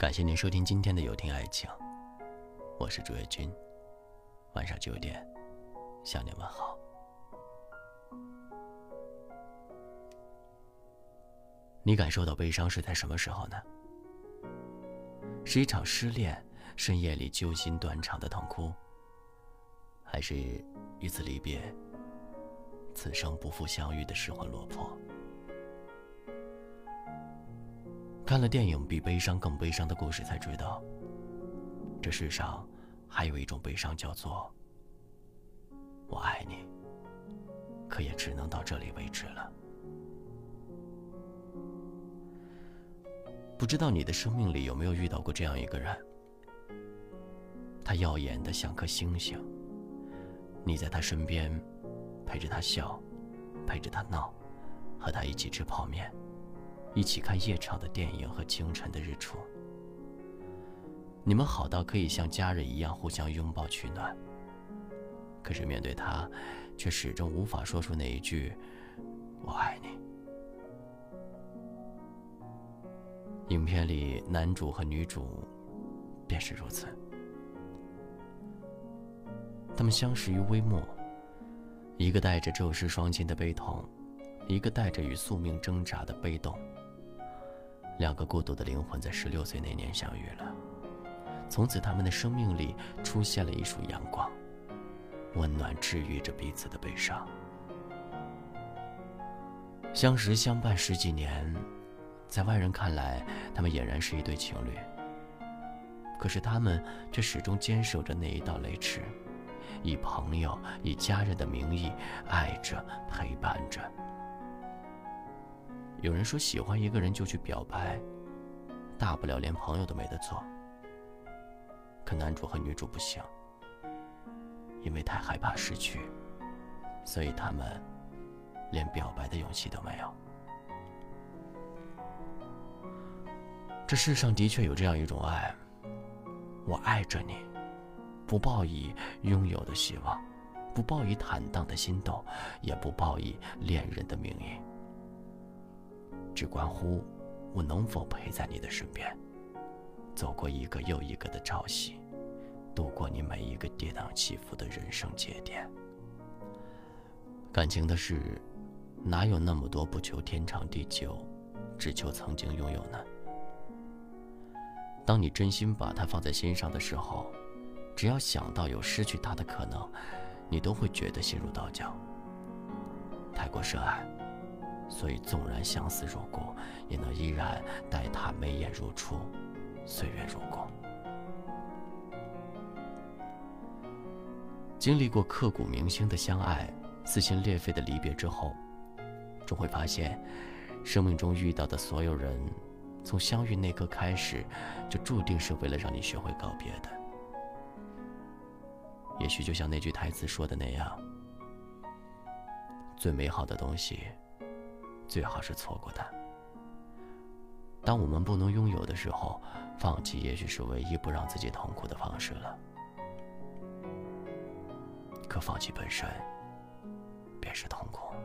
感谢您收听今天的有听爱情，我是朱月君。晚上9点向您问好。你感受到悲伤是在什么时候呢？是一场失恋深夜里揪心断肠的痛哭，还是一次离别此生不复相遇的失魂落魄？看了电影《比悲伤更悲伤的故事》才知道，这世上还有一种悲伤，叫做我爱你，可也只能到这里为止了。不知道你的生命里有没有遇到过这样一个人，他耀眼的像颗星星，你在他身边陪着他笑，陪着他闹，和他一起吃泡面，一起看夜场的电影和清晨的日出。你们好到可以像家人一样互相拥抱取暖，可是面对他却始终无法说出那一句我爱你。影片里男主和女主便是如此，他们相识于微末，一个带着骤失双亲的悲痛，一个带着与宿命挣扎的悲动。两个孤独的灵魂在16岁那年相遇了，从此他们的生命里出现了一束阳光，温暖治愈着彼此的悲伤。相识相伴10几年，在外人看来他们俨然是一对情侣，可是他们却始终坚守着那一道雷池，以朋友以家人的名义爱着陪伴着。有人说喜欢一个人就去表白，大不了连朋友都没得做。可男主和女主不行，因为太害怕失去，所以他们连表白的勇气都没有。这世上的确有这样一种爱，我爱着你，不抱以拥有的希望，不抱以坦荡的心动，也不抱以恋人的名义，只关乎我能否陪在你的身边，走过一个又一个的朝夕，度过你每一个跌宕起伏的人生节点。感情的事，哪有那么多不求天长地久，只求曾经拥有呢？当你真心把它放在心上的时候，只要想到有失去它的可能，你都会觉得心如刀绞。太过深爱，所以纵然相思如故，也能依然待它眉眼如初，岁月如故。经历过刻骨铭心的相爱，撕心裂肺的离别之后，终会发现生命中遇到的所有人，从相遇那刻开始，就注定是为了让你学会告别的。也许就像那句台词说的那样，最美好的东西最好是错过的。当我们不能拥有的时候，放弃也许是唯一不让自己痛苦的方式了。可放弃本身便是痛苦。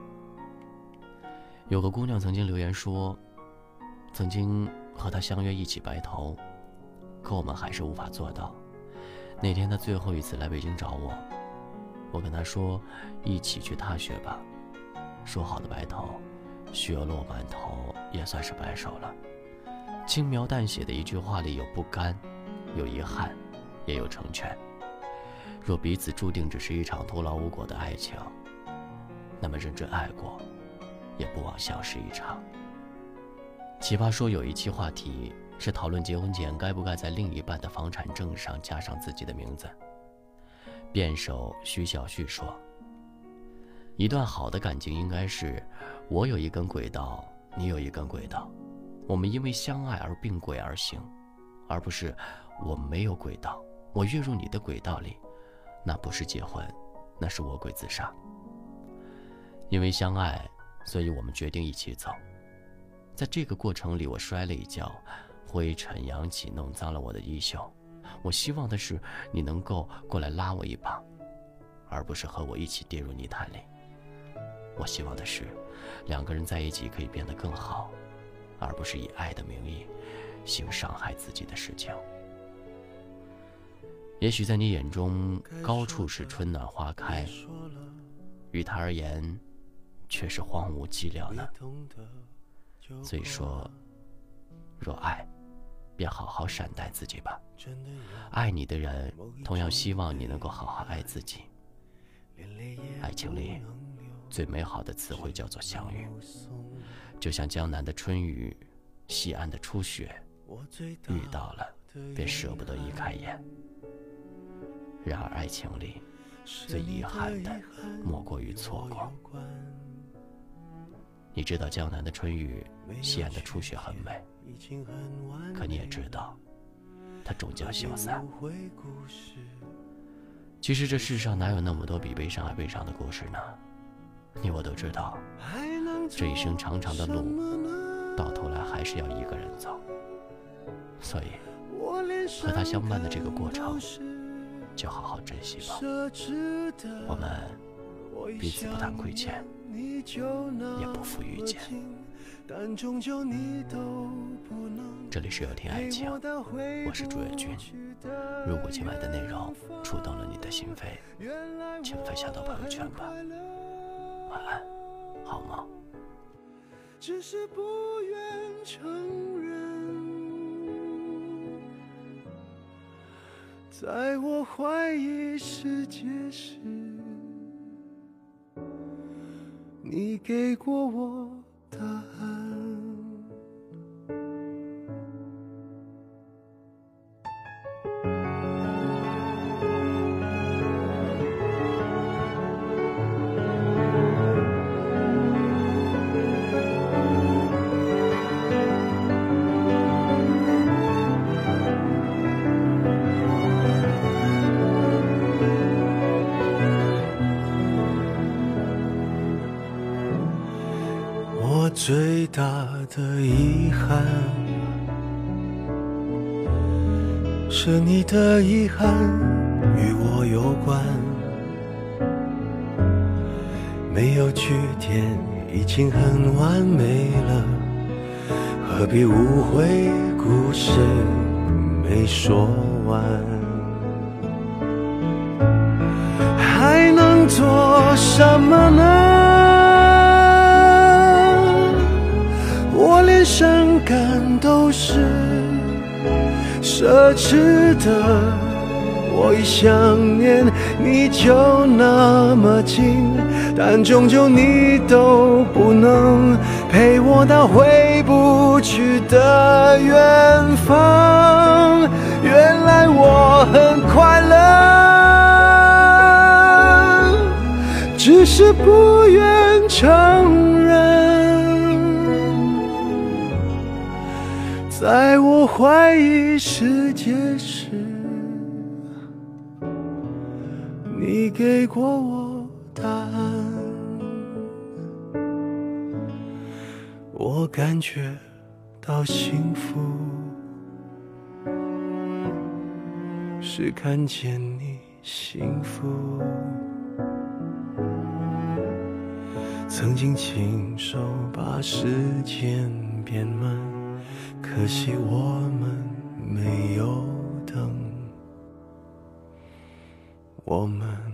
有个姑娘曾经留言说，曾经和她相约一起白头，可我们还是无法做到。那天她最后一次来北京找我，我跟她说一起去踏雪吧，说好的白头，雪落满头也算是白首了。轻描淡写的一句话里有不甘，有遗憾，也有成全。若彼此注定只是一场徒劳无果的爱情，那么认真爱过，也不枉相识一场。奇葩说有一期话题是讨论结婚前该不该在另一半的房产证上加上自己的名字。辩手徐小旭说，一段好的感情应该是我有一根轨道，你有一根轨道，我们因为相爱而并轨而行，而不是我没有轨道，我跃入你的轨道里，那不是结婚，那是卧轨自杀。因为相爱，所以我们决定一起走。在这个过程里，我摔了一跤，灰尘扬起，弄脏了我的衣袖。我希望的是你能够过来拉我一把，而不是和我一起跌入泥潭里。我希望的是两个人在一起可以变得更好，而不是以爱的名义行伤害自己的事情。也许在你眼中，高处是春暖花开，于他而言却是荒芜寂寥呢。所以说，若爱，便好好善待自己吧。爱你的人同样希望你能够好好爱自己。爱情里最美好的词汇叫做相遇，就像江南的春雨，西安的初雪，遇到了便舍不得一开眼。然而爱情里最遗憾的莫过于错过。你知道江南的春雨，西安的初雪很美，可你也知道它终将消散。其实这世上哪有那么多比悲伤还悲伤的故事呢？你我都知道，这一生长长的路，到头来还是要一个人走。所以和他相伴的这个过程，就好好珍惜吧。我们彼此不谈亏欠，也不负遇见。这里是有听爱情，我是朱越军。如果今晚的内容触动了你的心扉，请分享到朋友圈吧。晚安，好梦。只是不愿承认，在我怀疑世界时，你给过我答案。我最大的遗憾，是你的遗憾与我有关，没有句点已经很完美了，何必误会故事没说完？还能做什么呢？我连伤感都是奢侈的，我一想念你就那么近，但终究你都不能陪我到回不去的远方。原来我很快乐，只是不愿承认。在我怀疑世界时，你给过我答案。我感觉到幸福，是看见你幸福。曾经亲手把时间变慢，可惜我们没有等，我们